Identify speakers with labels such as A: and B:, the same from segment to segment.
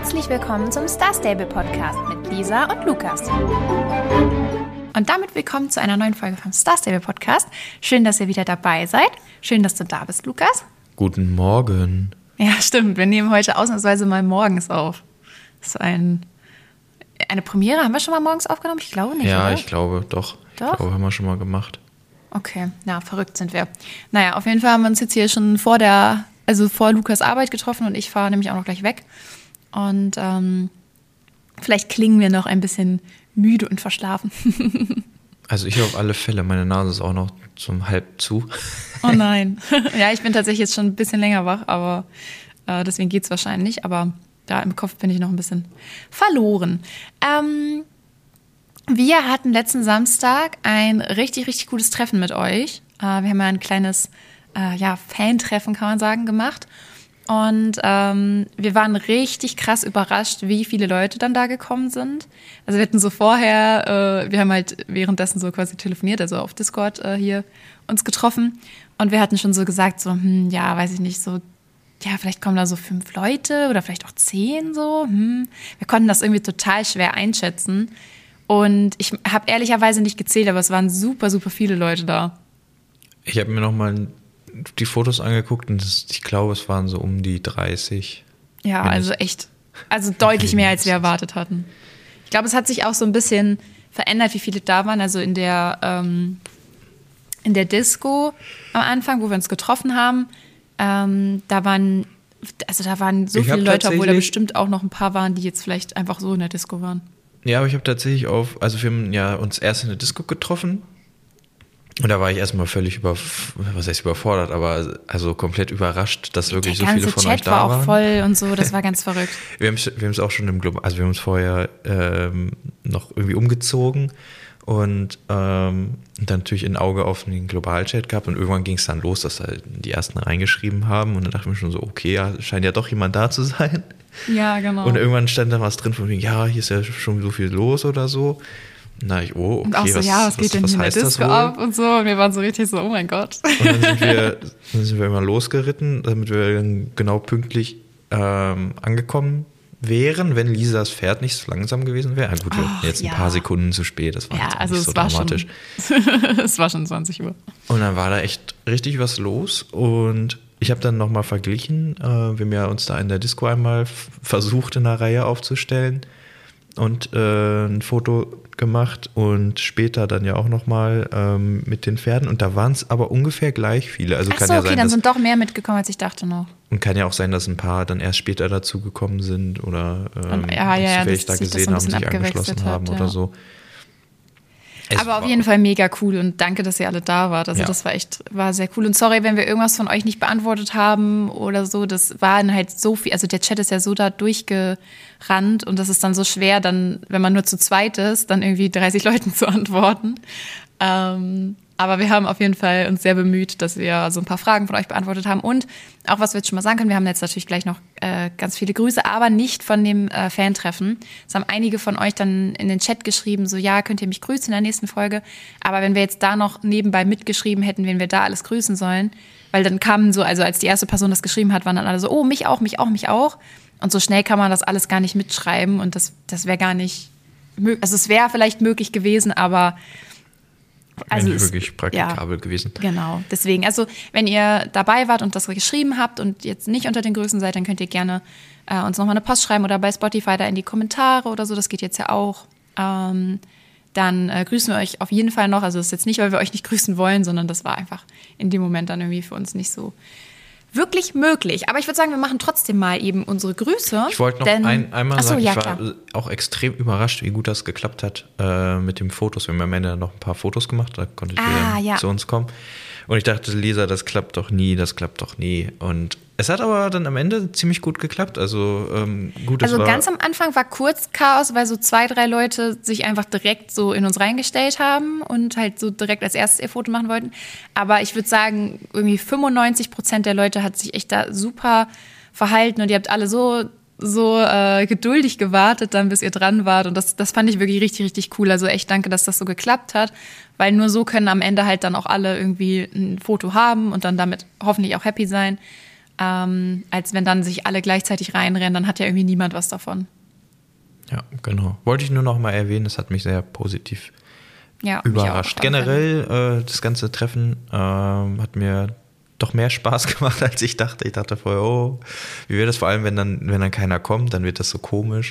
A: Herzlich willkommen zum Star Stable Podcast mit Lisa und Lukas. Und damit willkommen zu einer neuen Folge vom Star Stable Podcast. Schön, dass ihr wieder dabei seid. Schön, dass du da bist, Lukas.
B: Guten Morgen.
A: Ja, stimmt. Wir nehmen heute ausnahmsweise mal morgens auf. Das ist eine Premiere. Haben wir schon mal morgens aufgenommen? Ich glaube nicht,
B: Ja,
A: oder?
B: ich glaube, doch. Ich
A: Doch?
B: glaube, haben wir schon mal gemacht.
A: Okay, na, verrückt sind wir. Naja, auf jeden Fall haben wir uns jetzt hier schon vor Lukas Arbeit getroffen und ich fahre nämlich auch noch gleich weg. Und vielleicht klingen wir noch ein bisschen müde und verschlafen.
B: Also ich auf alle Fälle. Meine Nase ist auch noch zum halb zu.
A: Oh nein. Ja, ich bin tatsächlich jetzt schon ein bisschen länger wach, aber deswegen geht es wahrscheinlich. Aber da im Kopf bin ich noch ein bisschen verloren. Wir hatten letzten Samstag ein richtig, richtig cooles Treffen mit euch. Wir haben ja ein kleines Fan-Treffen, kann man sagen, gemacht. Und wir waren richtig krass überrascht, wie viele Leute dann da gekommen sind. Also wir hatten so vorher, wir haben halt währenddessen so quasi telefoniert, also auf Discord hier uns getroffen. Und wir hatten schon so gesagt, so, weiß ich nicht, so, ja, vielleicht kommen da so 5 Leute oder vielleicht auch 10 so. Wir konnten das irgendwie total schwer einschätzen. Und ich habe ehrlicherweise nicht gezählt, aber es waren super, super viele Leute da.
B: Ich habe mir nochmal die Fotos angeguckt und ich glaube, es waren so um die 30.
A: Ja, also deutlich mehr, als wir erwartet hatten. Ich glaube, es hat sich auch so ein bisschen verändert, wie viele da waren. Also in der Disco am Anfang, wo wir uns getroffen haben, da waren so viele Leute, obwohl da bestimmt auch noch ein paar waren, die jetzt vielleicht einfach so in der Disco waren.
B: Ja, aber ich habe tatsächlich wir haben ja uns erst in der Disco getroffen. Und da war ich erstmal völlig überfordert, aber also komplett überrascht, dass wirklich so viele von euch da waren. Der ganze Chat war auch voll und so, das war ganz verrückt. Wir haben es auch schon wir haben uns vorher noch irgendwie umgezogen und dann natürlich ein Auge auf den Globalchat gehabt und irgendwann ging es dann los, dass halt die ersten reingeschrieben haben und dann dachte ich mir schon so, okay, ja, scheint ja doch jemand da zu sein.
A: Ja, genau.
B: Und irgendwann stand da was drin von wegen, ja, hier ist ja schon so viel los oder so. Na, okay,
A: und auch so, was geht denn in der Disco ab und so. Und wir waren so richtig so, oh mein Gott. Und
B: dann sind wir immer losgeritten, damit wir dann genau pünktlich angekommen wären, wenn Lisas Pferd nicht so langsam gewesen wäre. Gut, wir hatten jetzt ein paar Sekunden zu spät, das war jetzt nicht so dramatisch.
A: Es war schon 20 Uhr.
B: Und dann war da echt richtig was los und ich habe dann nochmal verglichen. Wir haben ja uns da in der Disco einmal versucht, in einer Reihe aufzustellen und ein Foto gemacht und später dann ja auch nochmal mit den Pferden und da waren es aber ungefähr gleich viele. Also kann ja sein,
A: dann sind doch mehr mitgekommen, als ich dachte noch.
B: Und kann ja auch sein, dass ein paar dann erst später dazugekommen sind oder zufällig da gesehen haben, sich angeschlossen haben oder so. Aber
A: auf jeden Fall mega cool und danke, dass ihr alle da wart. Also das war sehr cool. Und sorry, wenn wir irgendwas von euch nicht beantwortet haben oder so. Das waren halt so viel, also der Chat ist ja so da durchgerannt und das ist dann so schwer, dann, wenn man nur zu zweit ist, dann irgendwie 30 Leuten zu antworten. Aber wir haben auf jeden Fall uns sehr bemüht, dass wir so ein paar Fragen von euch beantwortet haben. Und auch, was wir jetzt schon mal sagen können, wir haben jetzt natürlich gleich noch ganz viele Grüße, aber nicht von dem Fan-Treffen. Es haben einige von euch dann in den Chat geschrieben, so, ja, könnt ihr mich grüßen in der nächsten Folge. Aber wenn wir jetzt da noch nebenbei mitgeschrieben hätten, wen wir da alles grüßen sollen, weil dann kamen so, also als die erste Person das geschrieben hat, waren dann alle so, oh, mich auch, mich auch, mich auch. Und so schnell kann man das alles gar nicht mitschreiben und das wäre gar nicht möglich. Also es wäre vielleicht möglich gewesen, aber
B: also nicht wirklich praktikabel gewesen.
A: Genau, deswegen, also wenn ihr dabei wart und das geschrieben habt und jetzt nicht unter den Grüßen seid, dann könnt ihr gerne uns nochmal eine Post schreiben oder bei Spotify da in die Kommentare oder so, das geht jetzt ja auch. Dann grüßen wir euch auf jeden Fall noch, also das ist jetzt nicht, weil wir euch nicht grüßen wollen, sondern das war einfach in dem Moment dann irgendwie für uns nicht so wirklich möglich. Aber ich würde sagen, wir machen trotzdem mal eben unsere Grüße.
B: Ich wollte noch einmal sagen, ich war auch extrem überrascht, wie gut das geklappt hat mit den Fotos. Wir haben am Ende noch ein paar Fotos gemacht, da konntet ihr zu uns kommen. Und ich dachte, Lisa, das klappt doch nie. Und es hat aber dann am Ende ziemlich gut geklappt. Also
A: ganz am Anfang war kurz Chaos, weil so 2, 3 Leute sich einfach direkt so in uns reingestellt haben und halt so direkt als erstes ihr Foto machen wollten. Aber ich würde sagen, irgendwie 95% der Leute hat sich echt da super verhalten und ihr habt alle so geduldig gewartet, dann bis ihr dran wart. Und das fand ich wirklich richtig, richtig cool. Also echt danke, dass das so geklappt hat. Weil nur so können am Ende halt dann auch alle irgendwie ein Foto haben und dann damit hoffentlich auch happy sein. als wenn dann sich alle gleichzeitig reinrennen, dann hat ja irgendwie niemand was davon.
B: Ja, genau. Wollte ich nur noch mal erwähnen, das hat mich sehr positiv überrascht. Generell, das ganze Treffen hat mir doch mehr Spaß gemacht, als ich dachte. Ich dachte vorher, wie wird das, vor allem, wenn dann keiner kommt, dann wird das so komisch.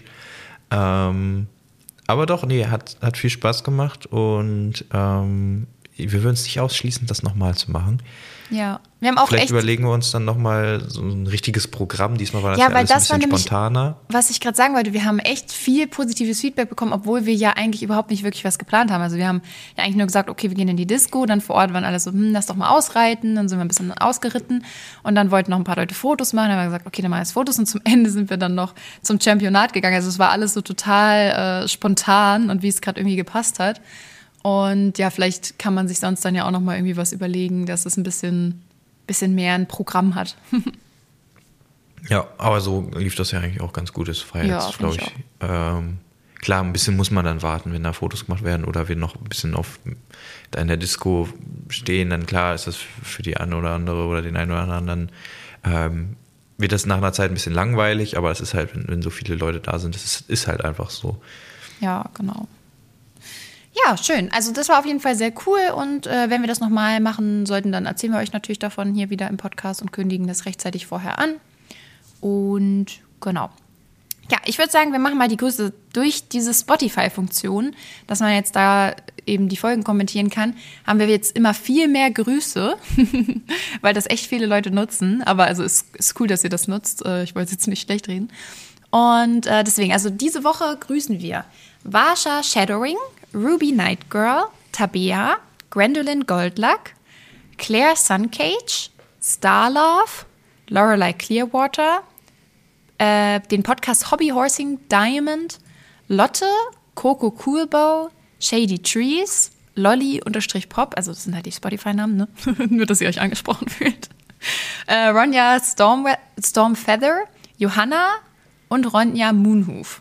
B: Aber doch, nee, hat viel Spaß gemacht und wir würden es nicht ausschließen, das nochmal zu machen.
A: Ja, wir haben auch
B: Vielleicht überlegen wir uns dann nochmal so ein richtiges Programm. Diesmal war das
A: ja
B: alles ein bisschen spontaner.
A: Was ich gerade sagen wollte, wir haben echt viel positives Feedback bekommen, obwohl wir ja eigentlich überhaupt nicht wirklich was geplant haben. Also wir haben ja eigentlich nur gesagt, okay, wir gehen in die Disco, dann vor Ort waren alle so, lass doch mal ausreiten, dann sind wir ein bisschen ausgeritten und dann wollten noch ein paar Leute Fotos machen, dann haben wir gesagt, okay, dann machen wir jetzt Fotos und zum Ende sind wir dann noch zum Championat gegangen. Also es war alles so total spontan und wie es gerade irgendwie gepasst hat. Und ja, vielleicht kann man sich sonst dann ja auch noch mal irgendwie was überlegen, dass es ein bisschen mehr ein Programm hat.
B: Ja, aber so lief das ja eigentlich auch ganz gut. Es war jetzt, glaube ich, klar, ein bisschen muss man dann warten, wenn da Fotos gemacht werden oder wir noch ein bisschen da in der Disco stehen, dann klar ist das für die eine oder andere oder den einen oder anderen, wird das nach einer Zeit ein bisschen langweilig, aber es ist halt, wenn so viele Leute da sind, das ist halt einfach so.
A: Ja, genau. Ja, schön. Also das war auf jeden Fall sehr cool und wenn wir das nochmal machen sollten, dann erzählen wir euch natürlich davon hier wieder im Podcast und kündigen das rechtzeitig vorher an. Und genau. Ja, ich würde sagen, wir machen mal die Grüße durch diese Spotify-Funktion, dass man jetzt da eben die Folgen kommentieren kann, haben wir jetzt immer viel mehr Grüße, weil das echt viele Leute nutzen. Aber also ist cool, dass ihr das nutzt. Ich wollte es jetzt nicht schlecht reden. Und deswegen, also diese Woche grüßen wir Varsha Shadowing, Ruby Nightgirl, Tabea, Gwendolyn Goldluck, Claire Suncage, Starlove, Lorelei Clearwater, den Podcast Hobby Horsing Diamond, Lotte, Coco Coolbow, Shady Trees, Lolly_Pop, also das sind halt die Spotify-Namen, ne? Nur, dass ihr euch angesprochen fühlt. Ronja Stormfeather, Johanna und Ronja Moonhoof.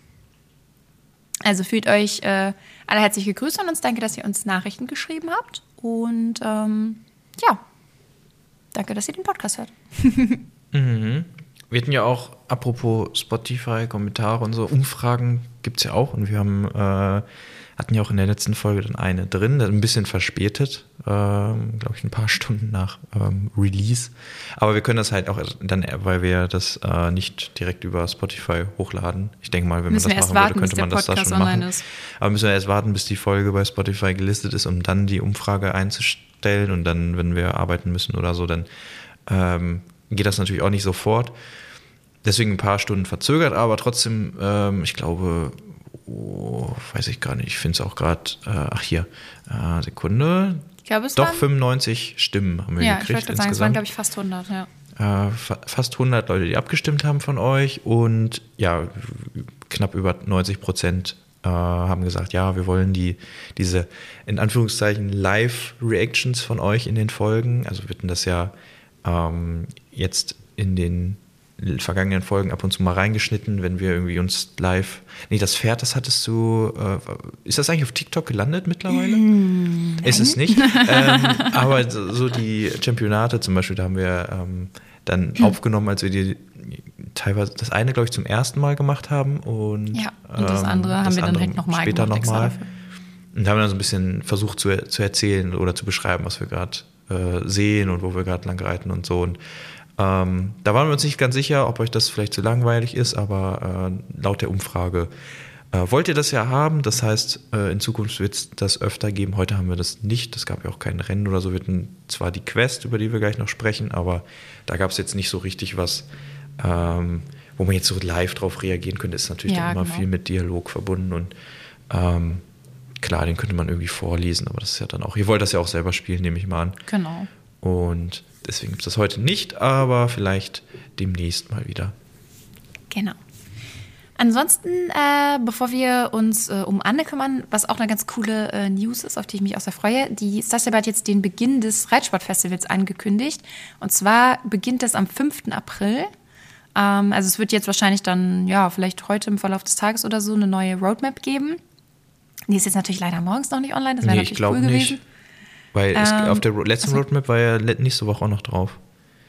A: Also fühlt euch alle herzlich gegrüßt und uns danke, dass ihr uns Nachrichten geschrieben habt. Und ja, danke, dass ihr den Podcast hört.
B: Mhm. Wir hatten ja auch, apropos Spotify, Kommentare und so, Umfragen gibt es ja auch. Und wir hatten ja auch in der letzten Folge dann eine drin, ein bisschen verspätet, glaube ich, ein paar Stunden nach Release. Aber wir können das halt auch dann, weil wir das nicht direkt über Spotify hochladen. Ich denke mal, wenn man das machen würde, könnte man das da schon machen. Aber müssen wir erst warten, bis die Folge bei Spotify gelistet ist, um dann die Umfrage einzustellen. Und dann, wenn wir arbeiten müssen oder so, dann geht das natürlich auch nicht sofort. Deswegen ein paar Stunden verzögert, aber trotzdem, ich glaube, weiß ich gar nicht, ich finde es auch gerade, Sekunde.
A: Ich glaube, es
B: doch 95 Stimmen haben wir gekriegt.
A: Ja, ich wollte sagen, es waren, glaube ich, fast 100, ja.
B: Fast 100 Leute, die abgestimmt haben von euch und ja, knapp über 90% haben gesagt, ja, wir wollen diese, in Anführungszeichen, Live-Reactions von euch in den Folgen. Also wir hatten das ja jetzt in den vergangenen Folgen ab und zu mal reingeschnitten, wenn wir irgendwie uns live... Nee, das Pferd, das hattest du... ist das eigentlich auf TikTok gelandet mittlerweile? Ist es nicht. Aber so die Championate zum Beispiel, da haben wir dann aufgenommen, als wir die teilweise das eine, glaube ich, zum ersten Mal gemacht haben. Und
A: das andere haben wir dann direkt nochmal
B: später nochmal. Und haben dann so ein bisschen versucht zu erzählen oder zu beschreiben, was wir gerade sehen und wo wir gerade lang reiten und so. Und da waren wir uns nicht ganz sicher, ob euch das vielleicht zu langweilig ist, aber laut der Umfrage wollt ihr das ja haben. Das heißt, in Zukunft wird es das öfter geben. Heute haben wir das nicht. Es gab ja auch kein Rennen oder so. Wir hatten zwar die Quest, über die wir gleich noch sprechen, aber da gab es jetzt nicht so richtig was, wo man jetzt so live drauf reagieren könnte. Ist natürlich dann immer viel mit Dialog verbunden und klar, den könnte man irgendwie vorlesen, aber das ist ja dann auch, ihr wollt das ja auch selber spielen, nehme ich mal an.
A: Genau.
B: Und deswegen gibt es das heute nicht, aber vielleicht demnächst mal wieder.
A: Genau. Ansonsten, bevor wir uns um Anne kümmern, was auch eine ganz coole News ist, auf die ich mich auch sehr freue, die Stasseba hat jetzt den Beginn des Reitsportfestivals angekündigt. Und zwar beginnt das am 5. April. Also es wird jetzt wahrscheinlich dann, ja, vielleicht heute im Verlauf des Tages oder so eine neue Roadmap geben. Die ist jetzt natürlich leider morgens noch nicht online, das wäre natürlich cool gewesen.
B: Weil auf der letzten Roadmap war ja nächste Woche auch noch drauf.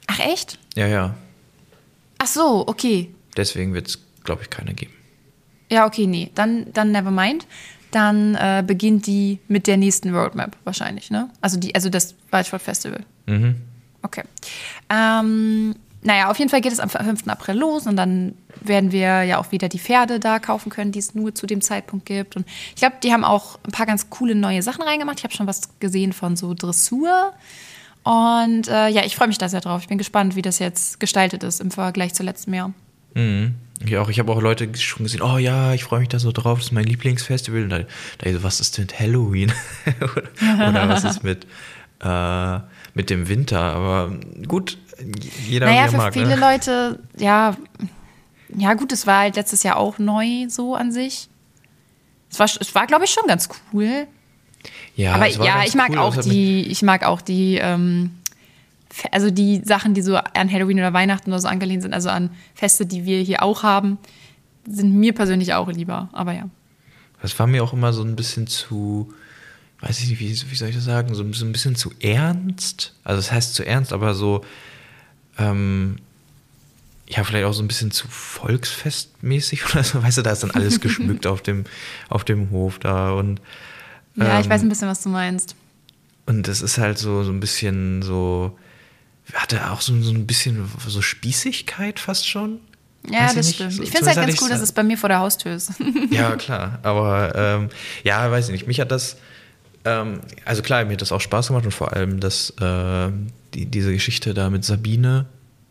A: Ach, echt?
B: Ja.
A: Ach so, okay.
B: Deswegen wird es, glaube ich, keine geben.
A: Ja, okay, nee. Dann never mind. Dann beginnt die mit der nächsten Roadmap wahrscheinlich, ne? Also das Waldsport Festival.
B: Mhm.
A: Okay. Naja, auf jeden Fall geht es am 5. April los und dann werden wir ja auch wieder die Pferde da kaufen können, die es nur zu dem Zeitpunkt gibt. Und ich glaube, die haben auch ein paar ganz coole neue Sachen reingemacht. Ich habe schon was gesehen von so Dressur. Und ich freue mich da sehr drauf. Ich bin gespannt, wie das jetzt gestaltet ist im Vergleich zu letztem Jahr.
B: Mhm. Ich auch. Ich habe auch Leute schon gesehen, oh ja, ich freue mich da so drauf, das ist mein Lieblingsfestival. Und da so, was ist denn Halloween? oder was ist mit dem Winter? Aber gut, jeder wie er mag.
A: Für viele Leute, ja gut, es war halt letztes Jahr auch neu so an sich. Es war glaube ich, schon ganz cool.
B: Ja,
A: aber ja, ich mag auch die also die Sachen, die so an Halloween oder Weihnachten oder so angelehnt sind, also an Feste, die wir hier auch haben, sind mir persönlich auch lieber, aber ja.
B: Das war mir auch immer so ein bisschen zu, weiß ich nicht, wie soll ich das sagen, so ein bisschen zu ernst. Also das heißt zu ernst, aber so, vielleicht auch so ein bisschen zu volksfestmäßig oder so, weißt du, da ist dann alles geschmückt auf dem Hof da und
A: ja, ich weiß ein bisschen, was du meinst.
B: Und das ist halt so ein bisschen so, hatte auch so ein bisschen so Spießigkeit fast schon.
A: Ja, das stimmt. Ich finde es halt ganz cool, dass es bei mir vor der Haustür ist.
B: Ja, klar. Aber weiß ich nicht. Mich hat das, also klar, mir hat das auch Spaß gemacht und vor allem diese Geschichte da mit Sabine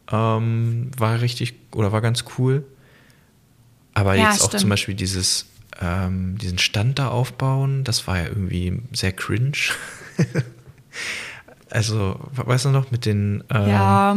B: war ganz cool. Aber
A: ja,
B: jetzt auch
A: stimmt.
B: zum Beispiel diesen Stand da aufbauen, das war ja irgendwie sehr cringe. Also, weißt du noch, mit den Ja,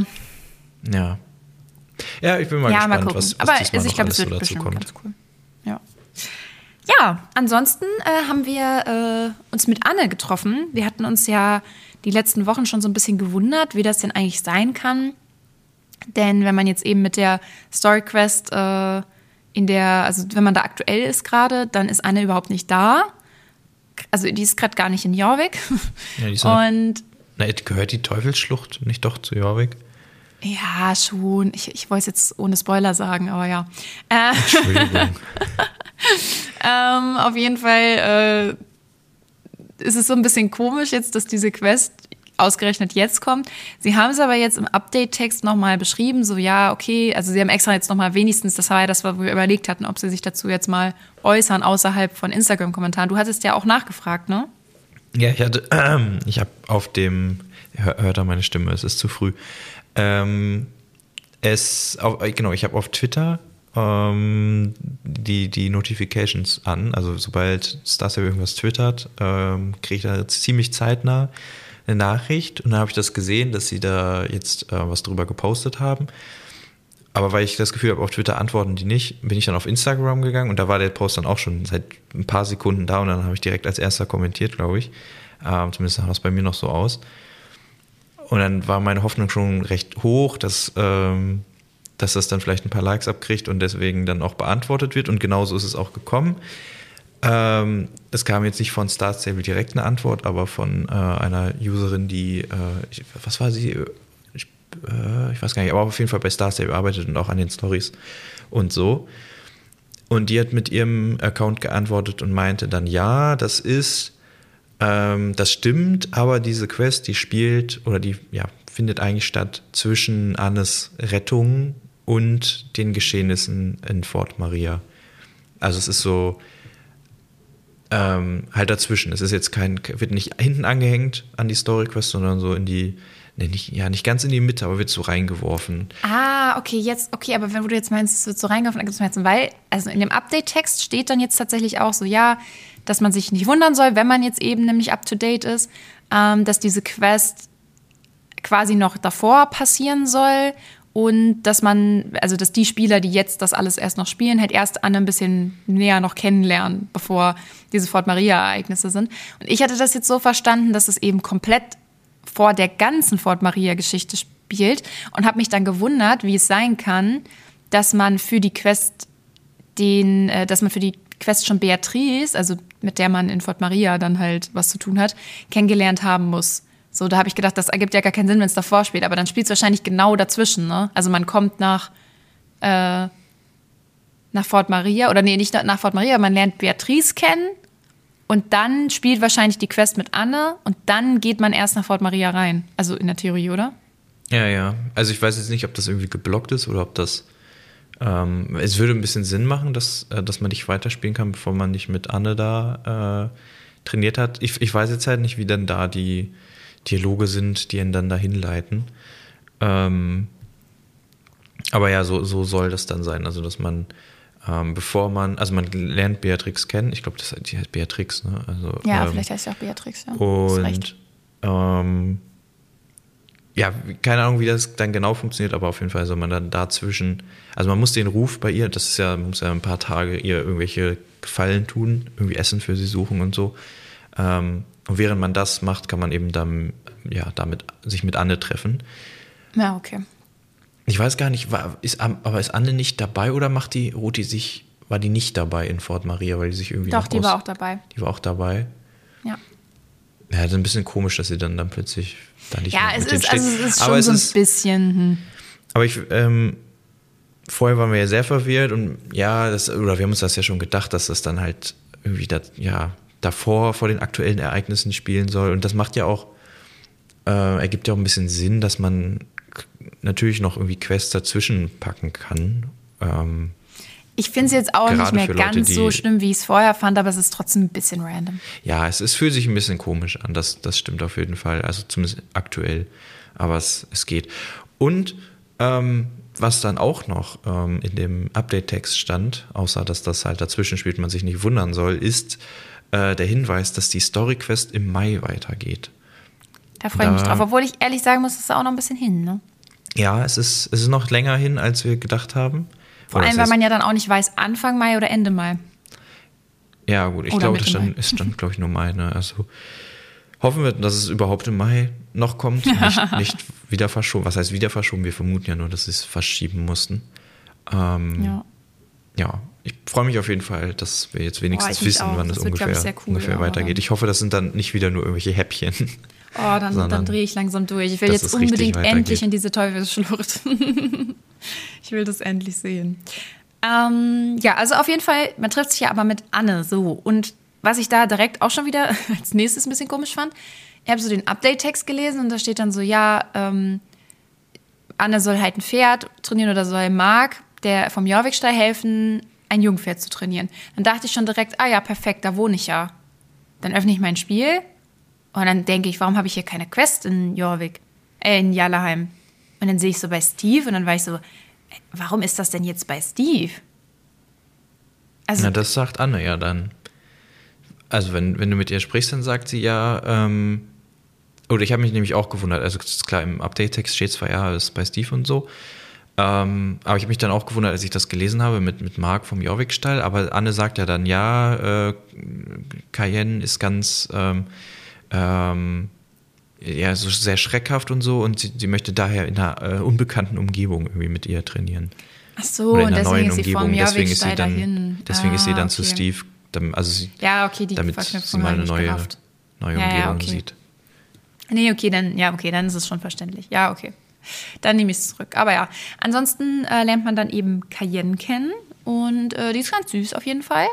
B: ich bin mal gespannt, was diesmal noch alles so dazu kommt.
A: Ganz cool. Ja, ansonsten haben wir uns mit Anne getroffen. Wir hatten uns ja die letzten Wochen schon so ein bisschen gewundert, wie das denn eigentlich sein kann. Denn wenn man jetzt eben mit der Story Quest also wenn man da aktuell ist gerade, dann ist Anne überhaupt nicht da. Also die ist gerade gar nicht in Jorvik.
B: Ja, gehört die Teufelsschlucht nicht doch zu Jorvik?
A: Ja, schon. Ich wollte es jetzt ohne Spoiler sagen, aber ja.
B: Entschuldigung.
A: Auf jeden Fall ist es so ein bisschen komisch jetzt, dass diese Quest ausgerechnet jetzt kommt. Sie haben es aber jetzt im Update-Text nochmal beschrieben, so ja, okay, also sie haben extra jetzt nochmal wenigstens, das war ja das, was wir überlegt hatten, ob sie sich dazu jetzt mal äußern, außerhalb von Instagram-Kommentaren. Du hattest ja auch nachgefragt, ne?
B: Ja, ich habe auf dem, hört da meine Stimme, es ist zu früh. Ich habe auf Twitter die Notifications an, also sobald Star Stable irgendwas twittert, kriege ich da ziemlich zeitnah eine Nachricht und dann habe ich das gesehen, dass sie da jetzt was drüber gepostet haben. Aber weil ich das Gefühl habe, auf Twitter antworten die nicht, bin ich dann auf Instagram gegangen und da war der Post dann auch schon seit ein paar Sekunden da und dann habe ich direkt als erster kommentiert, glaube ich. Zumindest sah das bei mir noch so aus. Und dann war meine Hoffnung schon recht hoch, dass das dann vielleicht ein paar Likes abkriegt und deswegen dann auch beantwortet wird und genauso ist es auch gekommen. Es kam jetzt nicht von Star Stable direkt eine Antwort, aber von einer Userin, die, was war sie? Ich weiß gar nicht, aber auf jeden Fall bei Star Stable arbeitet und auch an den Stories und so. Und die hat mit ihrem Account geantwortet und meinte dann, ja, das stimmt, aber diese Quest, die spielt oder die findet eigentlich statt zwischen Annes Rettung und den Geschehnissen in Fort Maria. Also es ist so halt dazwischen. Es ist jetzt wird nicht hinten angehängt an die Story Quest, sondern so nicht ganz in die Mitte, aber wird so reingeworfen.
A: Okay, aber wenn du jetzt meinst, es wird so reingeworfen, dann gibt es mir jetzt weil, also in dem Update-Text steht dann jetzt tatsächlich auch so, ja, dass man sich nicht wundern soll, wenn man jetzt eben nämlich up-to-date ist, dass diese Quest quasi noch davor passieren soll und dass dass die Spieler, die jetzt das alles erst noch spielen, halt erst Anne ein bisschen näher noch kennenlernen, bevor diese Fort Maria-Ereignisse sind. Und ich hatte das jetzt so verstanden, dass es eben komplett vor der ganzen Fort Maria-Geschichte spielt und habe mich dann gewundert, wie es sein kann, dass man für die Quest schon Beatrice, also mit der man in Fort Maria dann halt was zu tun hat, kennengelernt haben muss. So, da habe ich gedacht, das ergibt ja gar keinen Sinn, wenn es davor spielt. Aber dann spielt es wahrscheinlich genau dazwischen, ne? Also man kommt nach Fort Maria, oder nee, nicht nach Fort Maria, man lernt Beatrice kennen und dann spielt wahrscheinlich die Quest mit Anne und dann geht man erst nach Fort Maria rein. Also in der Theorie, oder?
B: Ja. Also ich weiß jetzt nicht, ob das irgendwie geblockt ist oder ob das es würde ein bisschen Sinn machen, dass man nicht weiterspielen kann, bevor man nicht mit Anne da trainiert hat. Ich weiß jetzt halt nicht, wie dann da die Dialoge sind, die ihn dann dahin leiten. Aber ja, so soll das dann sein. Also, dass man, man lernt Beatrix kennen. Ich glaube, die heißt Beatrix, ne? Also,
A: ja, vielleicht heißt sie auch Beatrix, ja.
B: Und ja, keine Ahnung, wie das dann genau funktioniert, aber auf jeden Fall soll man dann dazwischen, also man muss den Ruf bei ihr, man muss ja ein paar Tage ihr irgendwelche Gefallen tun, irgendwie Essen für sie suchen und so. Und während man das macht, kann man eben dann, damit sich mit Anne treffen.
A: Ja, okay.
B: Ich weiß gar nicht, ist Anne nicht dabei oder war die nicht dabei in Fort Maria, weil die sich irgendwie
A: Doch, die war auch dabei.
B: Die war auch dabei?
A: Ja.
B: Ja, das ist ein bisschen komisch, dass sie dann plötzlich da nicht
A: mehr mit denen steht. Ja, es ist
B: aber
A: schon so ein bisschen.
B: Aber vorher waren wir ja sehr verwirrt und wir haben uns das ja schon gedacht, dass das dann halt irgendwie davor vor den aktuellen Ereignissen spielen soll. Und das macht ja auch, ergibt ja auch ein bisschen Sinn, dass man natürlich noch irgendwie Quests dazwischen packen kann.
A: Ich finde es jetzt auch nicht mehr ganz so schlimm, wie ich es vorher fand, aber es ist trotzdem ein bisschen random.
B: Ja, es fühlt sich ein bisschen komisch an, das stimmt auf jeden Fall, also zumindest aktuell, aber es geht. Und was dann auch noch in dem Update-Text stand, außer dass das halt dazwischen spielt, man sich nicht wundern soll, ist der Hinweis, dass die Story-Quest im Mai weitergeht.
A: Da freue ich mich drauf, obwohl ich ehrlich sagen muss, es ist auch noch ein bisschen hin, ne?
B: Ja, es ist noch länger hin, als wir gedacht haben.
A: Vor allem, weil man ja dann auch nicht weiß, Anfang Mai oder Ende Mai.
B: Ja, gut, ich glaube, es stand, glaube ich, nur Mai. Ne? Also hoffen wir, dass es überhaupt im Mai noch kommt, nicht wieder verschoben. Was heißt wieder verschoben? Wir vermuten ja nur, dass sie es verschieben mussten. Ja, ich freue mich auf jeden Fall, dass wir jetzt wenigstens wissen, wann es ungefähr weitergeht. Ich hoffe, das sind dann nicht wieder nur irgendwelche Häppchen.
A: Oh, dann drehe ich langsam durch. Ich will jetzt unbedingt endlich in diese Teufelsschlucht. Ich will das endlich sehen. Also auf jeden Fall, man trifft sich ja aber mit Anne so. Und was ich da direkt auch schon wieder als nächstes ein bisschen komisch fand, ich habe so den Update-Text gelesen und da steht dann so, Anne soll halt ein Pferd trainieren oder soll Marc, der vom Jorvikstall, helfen, ein Jungpferd zu trainieren. Dann dachte ich schon direkt, ja, perfekt, da wohne ich ja. Dann öffne ich mein Spiel und dann denke ich, warum habe ich hier keine Quest in Jarlaheim? Und dann sehe ich so bei Steve und dann war ich so, warum ist das denn jetzt bei Steve? Also,
B: na, das sagt Anne ja dann. Also wenn du mit ihr sprichst, dann sagt sie ja, oder ich habe mich nämlich auch gewundert, also klar, im Update-Text steht zwar, ja, das ist bei Steve und so, aber ich habe mich dann auch gewundert, als ich das gelesen habe mit Marc vom Jorvikstall, aber Anne sagt ja dann, Cayenne ist ganz so sehr schreckhaft und so und sie möchte daher in einer unbekannten Umgebung irgendwie mit ihr trainieren.
A: Ach so, und deswegen ist sie vom Jorvikstall dahin.
B: Deswegen ist sie dann zu Steve, damit sie mal eine neue Umgebung sieht.
A: Nee, okay, dann ist es schon verständlich. Ja, okay. Dann nehme ich es zurück. Aber ja, ansonsten lernt man dann eben Cayenne kennen und die ist ganz süß auf jeden Fall.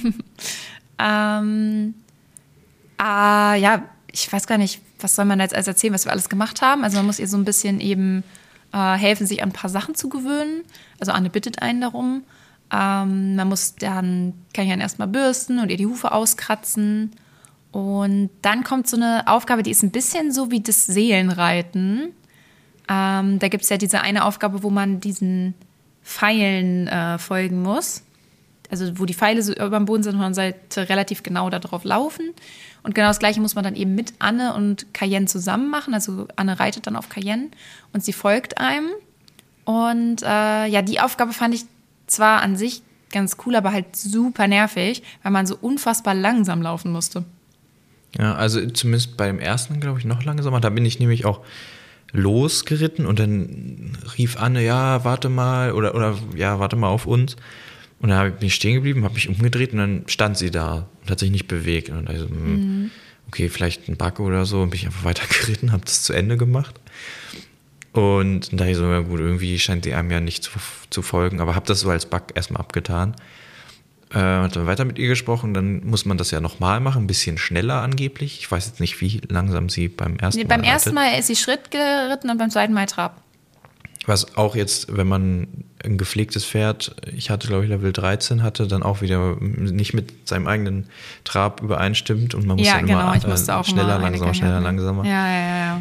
A: Ich weiß gar nicht, was soll man jetzt alles erzählen, was wir alles gemacht haben. Also man muss ihr so ein bisschen eben helfen, sich an ein paar Sachen zu gewöhnen. Also Anne bittet einen darum. Man muss dann Cayenne erstmal bürsten und ihr die Hufe auskratzen. Und dann kommt so eine Aufgabe, die ist ein bisschen so wie das Seelenreiten. Da gibt es ja diese eine Aufgabe, wo man diesen Pfeilen folgen muss. Also wo die Pfeile so über dem Boden sind und man sollte relativ genau da drauf laufen. Und genau das Gleiche muss man dann eben mit Anne und Cayenne zusammen machen. Also Anne reitet dann auf Cayenne und sie folgt einem. Und die Aufgabe fand ich zwar an sich ganz cool, aber halt super nervig, weil man so unfassbar langsam laufen musste.
B: Ja, also zumindest bei dem ersten, glaube ich, noch langsamer. Da bin ich nämlich auch losgeritten und dann rief Anne, ja, warte mal, oder warte mal auf uns. Und dann bin ich stehen geblieben, habe mich umgedreht und dann stand sie da und hat sich nicht bewegt. Und also, okay, vielleicht ein Bug oder so, und bin ich einfach weitergeritten, habe das zu Ende gemacht. Und da ich so, ja gut, irgendwie scheint die einem ja nicht zu folgen, aber habe das so als Bug erstmal abgetan. Hat dann weiter mit ihr gesprochen, dann muss man das ja nochmal machen, ein bisschen schneller angeblich. Ich weiß jetzt nicht, wie langsam sie beim ersten Mal
A: beim ersten Mal ist sie Schritt geritten und beim zweiten Mal Trab.
B: Was auch jetzt, wenn man ein gepflegtes Pferd, ich hatte glaube ich Level 13 hatte, dann auch wieder nicht mit seinem eigenen Trab übereinstimmt und man muss dann immer schneller, langsamer.
A: Ja.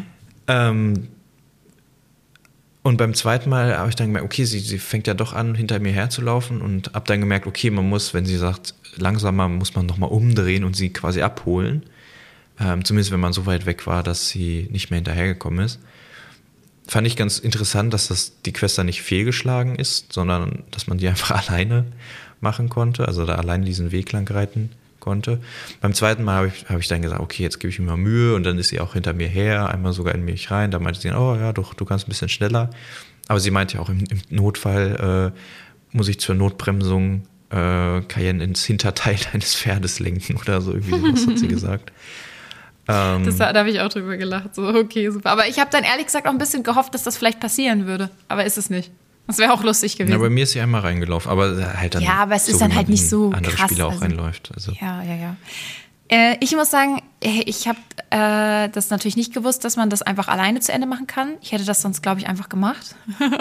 B: Und beim zweiten Mal habe ich dann gemerkt, okay, sie fängt ja doch an, hinter mir herzulaufen und habe dann gemerkt, okay, man muss, wenn sie sagt, langsamer, muss man nochmal umdrehen und sie quasi abholen. Zumindest wenn man so weit weg war, dass sie nicht mehr hinterhergekommen ist. Fand ich ganz interessant, dass die Quest dann nicht fehlgeschlagen ist, sondern dass man die einfach alleine machen konnte, also da alleine diesen Weg lang reiten konnte. Beim zweiten Mal habe ich dann gesagt, okay, jetzt gebe ich mir mal Mühe, und dann ist sie auch hinter mir her, einmal sogar in mich rein, da meinte sie, oh ja, doch, du kannst ein bisschen schneller. Aber sie meinte ja auch, im Notfall muss ich zur Notbremsung Cayenne ins Hinterteil eines Pferdes lenken oder so, irgendwie sowas hat sie gesagt.
A: Da habe ich auch drüber gelacht, so okay, super. Aber ich habe dann ehrlich gesagt auch ein bisschen gehofft, dass das vielleicht passieren würde, aber ist es nicht. Das wäre auch lustig gewesen.
B: Ja, bei mir ist sie einmal reingelaufen, aber halt dann.
A: Ja, aber es ist dann halt nicht so
B: andere
A: krass.
B: Spieler auch reinläuft. Also.
A: Ja. Ich muss sagen, ich habe das natürlich nicht gewusst, dass man das einfach alleine zu Ende machen kann. Ich hätte das sonst, glaube ich, einfach gemacht.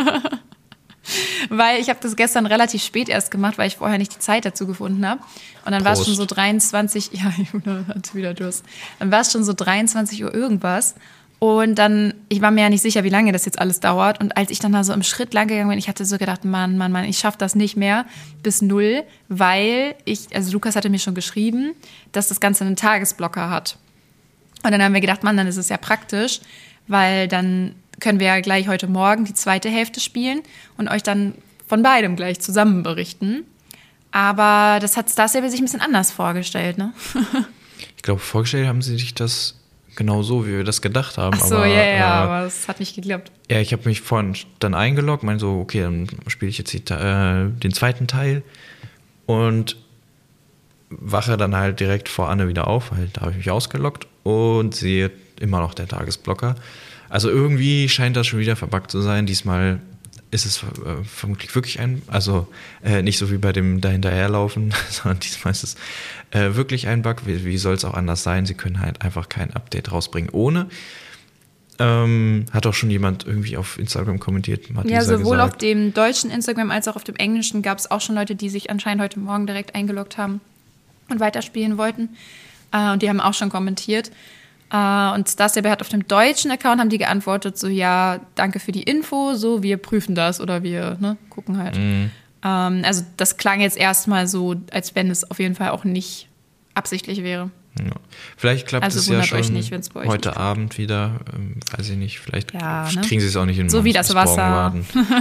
A: Weil ich habe das gestern relativ spät erst gemacht, weil ich vorher nicht die Zeit dazu gefunden habe. Und dann war es schon so 23, ja, Juna hat wieder Durst. Dann war es schon so 23 Uhr irgendwas. Und dann, ich war mir ja nicht sicher, wie lange das jetzt alles dauert. Und als ich dann da so im Schritt lang gegangen bin, ich hatte so gedacht, Mann, ich schaffe das nicht mehr bis 0, weil also Lukas hatte mir schon geschrieben, dass das Ganze einen Tagesblocker hat. Und dann haben wir gedacht, Mann, dann ist es ja praktisch, weil dann können wir ja gleich heute Morgen die zweite Hälfte spielen und euch dann von beidem gleich zusammen berichten. Aber das hat Starsable sich ein bisschen anders vorgestellt, ne?
B: Ich glaube, vorgestellt haben sie sich das genau so, wie wir das gedacht haben.
A: Ach so, aber, aber es hat nicht geklappt.
B: Ja, ich habe mich vorhin dann eingeloggt, meinte so, okay, dann spiele ich jetzt den zweiten Teil und wache dann halt direkt vor Anne wieder auf, weil da habe ich mich ausgeloggt und sehe immer noch der Tagesblocker. Also irgendwie scheint das schon wieder verbuggt zu sein. Diesmal ist es vermutlich wirklich also nicht so wie bei dem dahinterherlaufen, sondern diesmal ist es wirklich ein Bug. Wie soll es auch anders sein? Sie können halt einfach kein Update rausbringen ohne. Hat auch schon jemand irgendwie auf Instagram kommentiert.
A: Ja, sowohl auf dem deutschen Instagram als auch auf dem englischen gab es auch schon Leute, die sich anscheinend heute Morgen direkt eingeloggt haben und weiterspielen wollten. Und die haben auch schon kommentiert. Und Starsable hat auf dem deutschen Account haben die geantwortet, so ja, danke für die Info, so wir prüfen das oder wir gucken halt. Also das klang jetzt erstmal so, als wenn es auf jeden Fall auch nicht absichtlich wäre.
B: Ja. Vielleicht klappt es ja schon
A: nicht, bei euch
B: heute
A: nicht
B: Abend wieder, weiß ich nicht, vielleicht kriegen sie es auch nicht in
A: so wie das Wasser.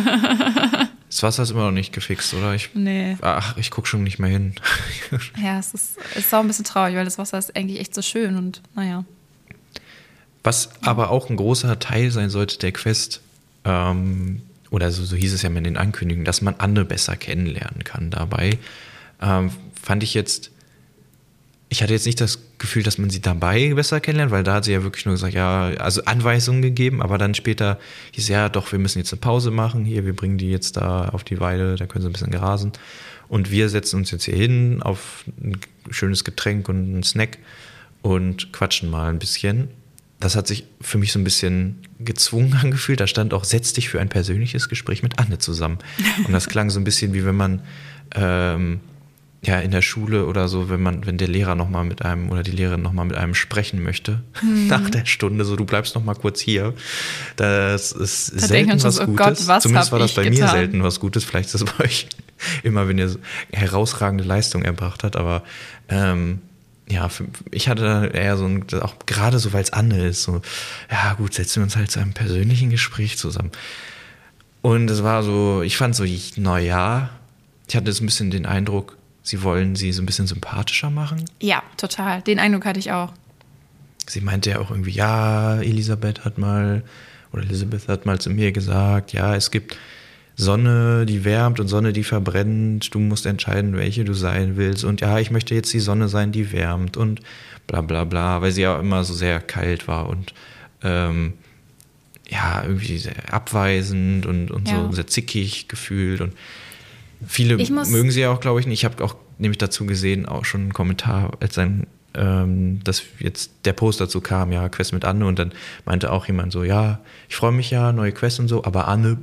B: Das Wasser ist immer noch nicht gefixt, oder? Ich gucke schon nicht mehr hin.
A: Ja, es ist auch ein bisschen traurig, weil das Wasser ist eigentlich echt so schön und naja.
B: Was aber auch ein großer Teil sein sollte der Quest, oder so hieß es ja in den Ankündigungen, dass man Anne besser kennenlernen kann dabei. Fand ich jetzt, ich hatte jetzt nicht das Gefühl, dass man sie dabei besser kennenlernt, weil da hat sie ja wirklich nur gesagt, ja, also Anweisungen gegeben, aber dann später hieß ja doch, wir müssen jetzt eine Pause machen, hier, wir bringen die jetzt da auf die Weide, da können sie ein bisschen grasen. Und wir setzen uns jetzt hier hin auf ein schönes Getränk und einen Snack und quatschen mal ein bisschen. Das hat sich für mich so ein bisschen gezwungen angefühlt. Da stand auch, setz dich für ein persönliches Gespräch mit Anne zusammen. Und das klang so ein bisschen wie wenn man in der Schule oder so, wenn der Lehrer nochmal mit einem oder die Lehrerin nochmal mit einem sprechen möchte, nach der Stunde, so du bleibst nochmal kurz hier. Das ist selten was Gutes.
A: Gott, was
B: zumindest war das bei
A: getan?
B: Mir selten was Gutes. Vielleicht ist das bei euch immer, wenn ihr so herausragende Leistung erbracht habt, aber ich hatte eher so auch gerade so, weil es Anne ist, so, ja gut, setzen wir uns halt zu einem persönlichen Gespräch zusammen. Und es war so, ich fand so, ich hatte so ein bisschen den Eindruck, sie wollen sie so ein bisschen sympathischer machen.
A: Ja, total. Den Eindruck hatte ich auch.
B: Sie meinte ja auch irgendwie, ja, Elisabeth hat mal zu mir gesagt, ja, es gibt Sonne, die wärmt und Sonne, die verbrennt. Du musst entscheiden, welche du sein willst. Und ja, ich möchte jetzt die Sonne sein, die wärmt und bla bla bla, weil sie ja immer so sehr kalt war und ja, irgendwie sehr abweisend und so sehr zickig gefühlt. Und viele mögen sie ja auch, glaube ich, nicht. Ich habe auch nämlich dazu gesehen, auch schon einen Kommentar, als dass jetzt der Post dazu kam, ja, Quest mit Anne, und dann meinte auch jemand so, ja, ich freue mich ja, neue Quest und so, aber Anne,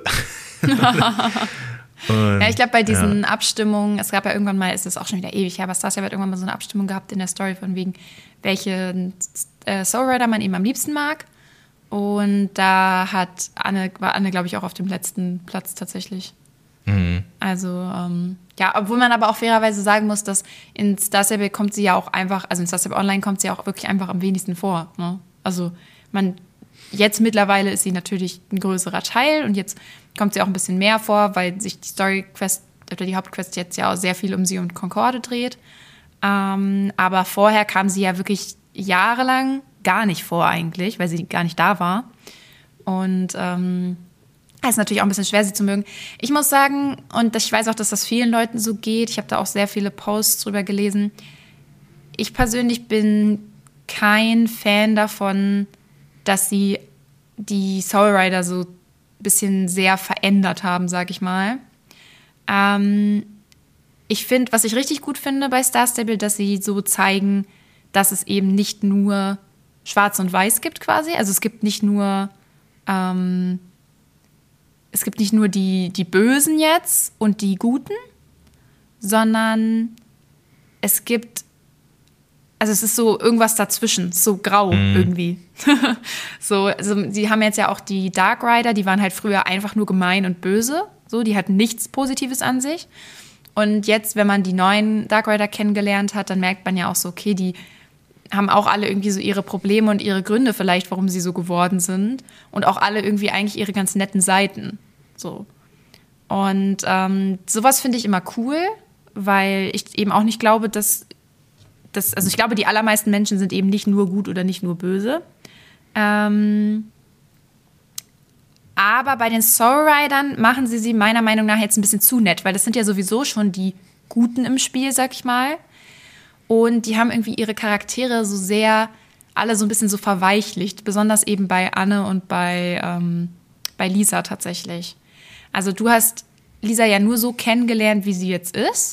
A: ja, ich glaube, bei diesen Abstimmungen, es gab ja irgendwann mal, ist es auch schon wieder ewig, aber Stasia hat irgendwann mal so eine Abstimmung gehabt in der Story von wegen, welche Soul Rider man eben am liebsten mag. Und da war Anne, glaube ich, auch auf dem letzten Platz tatsächlich. Mhm. Also, obwohl man aber auch fairerweise sagen muss, dass in Star Stable kommt sie ja auch einfach, also in Star Stable Online kommt sie ja auch wirklich einfach am wenigsten vor. Ne? Also, jetzt mittlerweile ist sie natürlich ein größerer Teil und jetzt kommt sie auch ein bisschen mehr vor, weil sich die Story-Quest oder die Hauptquest jetzt ja auch sehr viel um sie und Concorde dreht. Aber vorher kam sie ja wirklich jahrelang gar nicht vor eigentlich, weil sie gar nicht da war. Und es ist natürlich auch ein bisschen schwer, sie zu mögen. Ich muss sagen, und ich weiß auch, dass das vielen Leuten so geht, ich habe da auch sehr viele Posts drüber gelesen, ich persönlich bin kein Fan davon, dass sie die Soul Rider so ein bisschen sehr verändert haben, sag ich mal. Ich finde, was ich richtig gut finde bei Star Stable, dass sie so zeigen, dass es eben nicht nur Schwarz und Weiß gibt quasi. Also es gibt nicht nur die Bösen jetzt und die Guten, sondern es ist so irgendwas dazwischen, so grau irgendwie. Also sie haben jetzt ja auch die Dark Rider, die waren halt früher einfach nur gemein und böse, so, die hatten nichts Positives an sich. Und jetzt, wenn man die neuen Dark Rider kennengelernt hat, dann merkt man ja auch so, okay, die haben auch alle irgendwie so ihre Probleme und ihre Gründe vielleicht, warum sie so geworden sind. Und auch alle irgendwie eigentlich ihre ganz netten Seiten. So. Und sowas finde ich immer cool, weil ich eben auch nicht glaube, also ich glaube, die allermeisten Menschen sind eben nicht nur gut oder nicht nur böse. Aber bei den Soul Riders machen sie meiner Meinung nach jetzt ein bisschen zu nett, weil das sind ja sowieso schon die Guten im Spiel, sag ich mal. Und die haben irgendwie ihre Charaktere so sehr, alle so ein bisschen so verweichlicht. Besonders eben bei Anne und bei Lisa tatsächlich. Also du hast Lisa ja nur so kennengelernt, wie sie jetzt ist.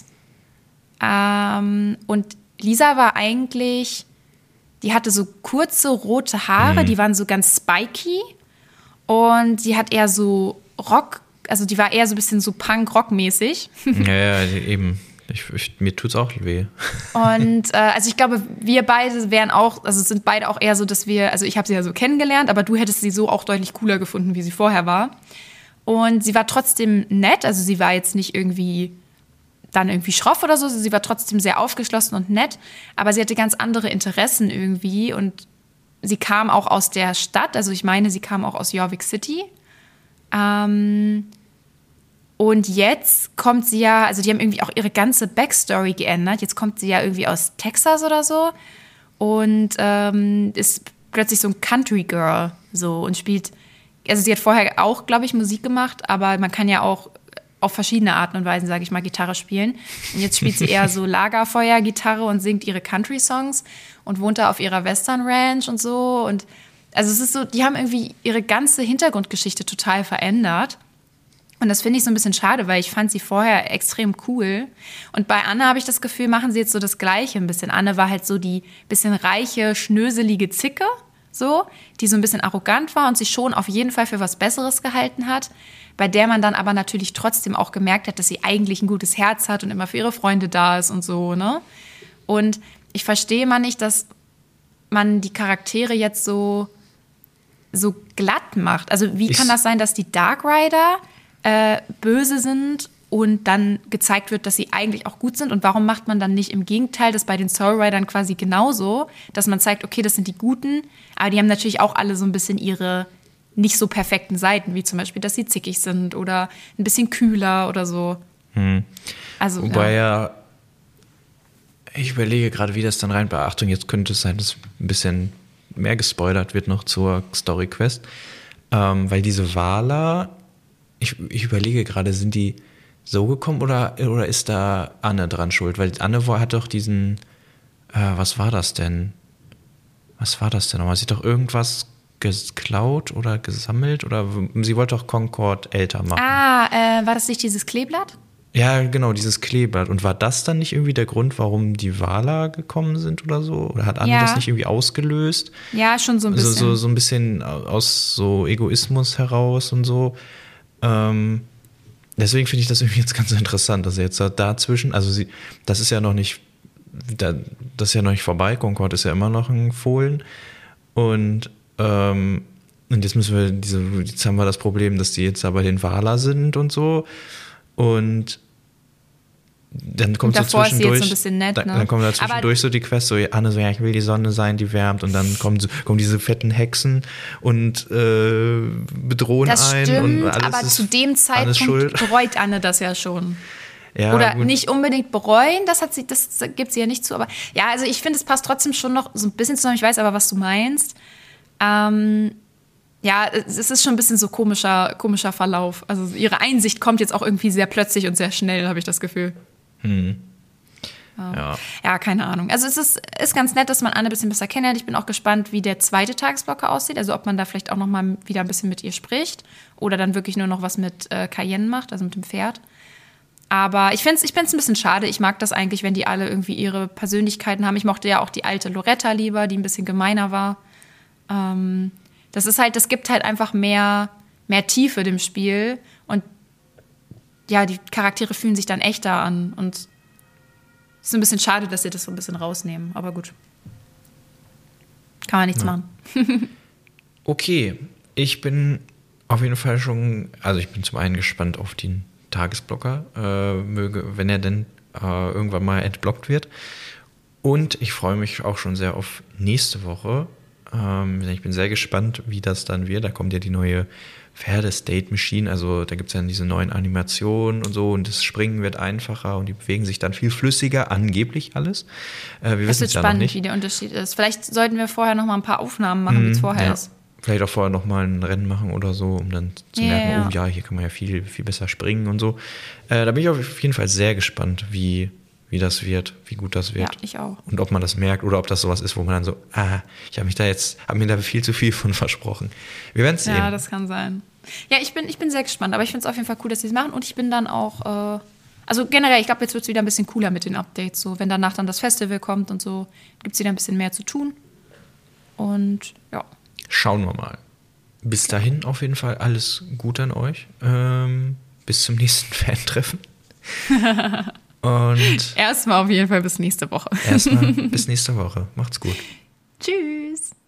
A: Und Lisa war eigentlich, die hatte so kurze rote Haare, die waren so ganz spiky. Und sie hat eher so Rock, also die war eher so ein bisschen so Punk-Rock-mäßig.
B: Ja, eben. Mir tut's auch weh.
A: Und also ich glaube, wir beide sind beide auch eher so, dass also ich habe sie ja so kennengelernt, aber du hättest sie so auch deutlich cooler gefunden, wie sie vorher war. Und sie war trotzdem nett, also sie war jetzt nicht irgendwie schroff oder so, sie war trotzdem sehr aufgeschlossen und nett, aber sie hatte ganz andere Interessen irgendwie und sie kam auch aus der Stadt, also ich meine, sie kam auch aus Jorvik City. Und jetzt kommt sie ja, also die haben irgendwie auch ihre ganze Backstory geändert. Jetzt kommt sie ja irgendwie aus Texas oder so und ist plötzlich so ein Country Girl so und spielt, also sie hat vorher auch, glaube ich, Musik gemacht, aber man kann ja auch auf verschiedene Arten und Weisen, sage ich mal, Gitarre spielen. Und jetzt spielt sie eher so Lagerfeuer-Gitarre und singt ihre Country-Songs und wohnt da auf ihrer Western Ranch und so. Und also es ist so, die haben irgendwie ihre ganze Hintergrundgeschichte total verändert. Und das finde ich so ein bisschen schade, weil ich fand sie vorher extrem cool. Und bei Anne habe ich das Gefühl, machen sie jetzt so das Gleiche ein bisschen. Anne war halt so die bisschen reiche, schnöselige Zicke, so, die so ein bisschen arrogant war und sich schon auf jeden Fall für was Besseres gehalten hat, bei der man dann aber natürlich trotzdem auch gemerkt hat, dass sie eigentlich ein gutes Herz hat und immer für ihre Freunde da ist und so, ne? Und ich verstehe mal nicht, dass man die Charaktere jetzt so glatt macht. Also wie kann das sein, dass die Dark Rider böse sind und dann gezeigt wird, dass sie eigentlich auch gut sind? Und warum macht man dann nicht im Gegenteil das bei den Soul Riders quasi genauso, dass man zeigt, okay, das sind die Guten, aber die haben natürlich auch alle so ein bisschen ihre nicht so perfekten Seiten, wie zum Beispiel, dass sie zickig sind oder ein bisschen kühler oder so. Also,
B: wobei ich überlege gerade, wie das dann rein, Beachtung, jetzt könnte es sein, dass ein bisschen mehr gespoilert wird noch zur Story-Quest, weil diese Vala ich überlege gerade, sind die so gekommen oder ist da Anne dran schuld? Weil Anne hat doch diesen, was war das denn? Was war das denn nochmal? Sie hat doch irgendwas geklaut oder gesammelt oder sie wollte doch Concord älter machen.
A: War das nicht dieses Kleeblatt?
B: Ja, genau, dieses Kleeblatt. Und war das dann nicht irgendwie der Grund, warum die Wala gekommen sind oder so? Oder hat Anne das nicht irgendwie ausgelöst?
A: Ja, schon so ein bisschen.
B: So ein bisschen aus so Egoismus heraus und so. Deswegen finde ich das irgendwie jetzt ganz interessant, dass er jetzt dazwischen, also das ist ja noch nicht vorbei, Concord ist ja immer noch ein Fohlen. Und jetzt jetzt haben wir das Problem, dass die jetzt da bei den Wala sind und so. Und dann kommt so zwischendurch,
A: so ein bisschen nett,
B: dann kommt da zwischendurch so die Quest, so Anne so, ja, ich will die Sonne sein, die wärmt, und dann kommen diese fetten Hexen und bedrohen
A: das
B: einen.
A: Stimmt,
B: und alles
A: aber
B: ist
A: zu dem Zeitpunkt bereut Anne das ja schon. Ja, oder gut. Nicht unbedingt bereuen, das gibt sie ja nicht zu, aber ja, also ich finde, es passt trotzdem schon noch so ein bisschen zusammen, ich weiß aber, was du meinst. Ja, es ist schon ein bisschen so komischer Verlauf. Also ihre Einsicht kommt jetzt auch irgendwie sehr plötzlich und sehr schnell, habe ich das Gefühl. Ja, keine Ahnung. Also es ist ganz nett, dass man Anne ein bisschen besser kennenlernt. Ich bin auch gespannt, wie der zweite Tagesblocker aussieht. Also ob man da vielleicht auch noch mal wieder ein bisschen mit ihr spricht oder dann wirklich nur noch was mit Cayenne macht, also mit dem Pferd. Aber ich find's ein bisschen schade. Ich mag das eigentlich, wenn die alle irgendwie ihre Persönlichkeiten haben. Ich mochte ja auch die alte Loretta lieber, die ein bisschen gemeiner war. Das gibt halt einfach mehr Tiefe dem Spiel. Und ja, die Charaktere fühlen sich dann echter an. Und es ist ein bisschen schade, dass sie das so ein bisschen rausnehmen. Aber gut. Kann man nichts machen.
B: Okay, ich bin auf jeden Fall ich bin zum einen gespannt auf den Tagesblocker, wenn er denn irgendwann mal entblockt wird. Und ich freue mich auch schon sehr auf nächste Woche. Ich bin sehr gespannt, wie das dann wird. Da kommt ja die neue Pferde-State-Machine. Also da gibt es ja diese neuen Animationen und so. Und das Springen wird einfacher und die bewegen sich dann viel flüssiger, angeblich alles. Wir wissen es ja noch nicht.
A: Wie der Unterschied ist. Vielleicht sollten wir vorher noch mal ein paar Aufnahmen machen, wie es vorher ist.
B: Vielleicht auch vorher noch mal ein Rennen machen oder so, um dann zu merken, hier kann man ja viel, viel besser springen und so. Da bin ich auf jeden Fall sehr gespannt, wie das wird, wie gut das wird.
A: Ja, ich auch.
B: Und ob man das merkt oder ob das sowas ist, wo man dann so, ich habe mir da viel zu viel von versprochen. Wir werden es sehen.
A: Ja, das kann sein. Ja, ich bin sehr gespannt, aber ich finde es auf jeden Fall cool, dass sie es machen und ich bin dann auch, also generell, ich glaube, jetzt wird es wieder ein bisschen cooler mit den Updates. So, wenn danach dann das Festival kommt und so, gibt es wieder ein bisschen mehr zu tun. Und ja.
B: Schauen wir mal. Bis dahin auf jeden Fall alles gut an euch. Bis zum nächsten Fan-Treffen. Und
A: erstmal auf jeden Fall bis nächste Woche.
B: Erstmal bis nächste Woche. Macht's gut.
A: Tschüss.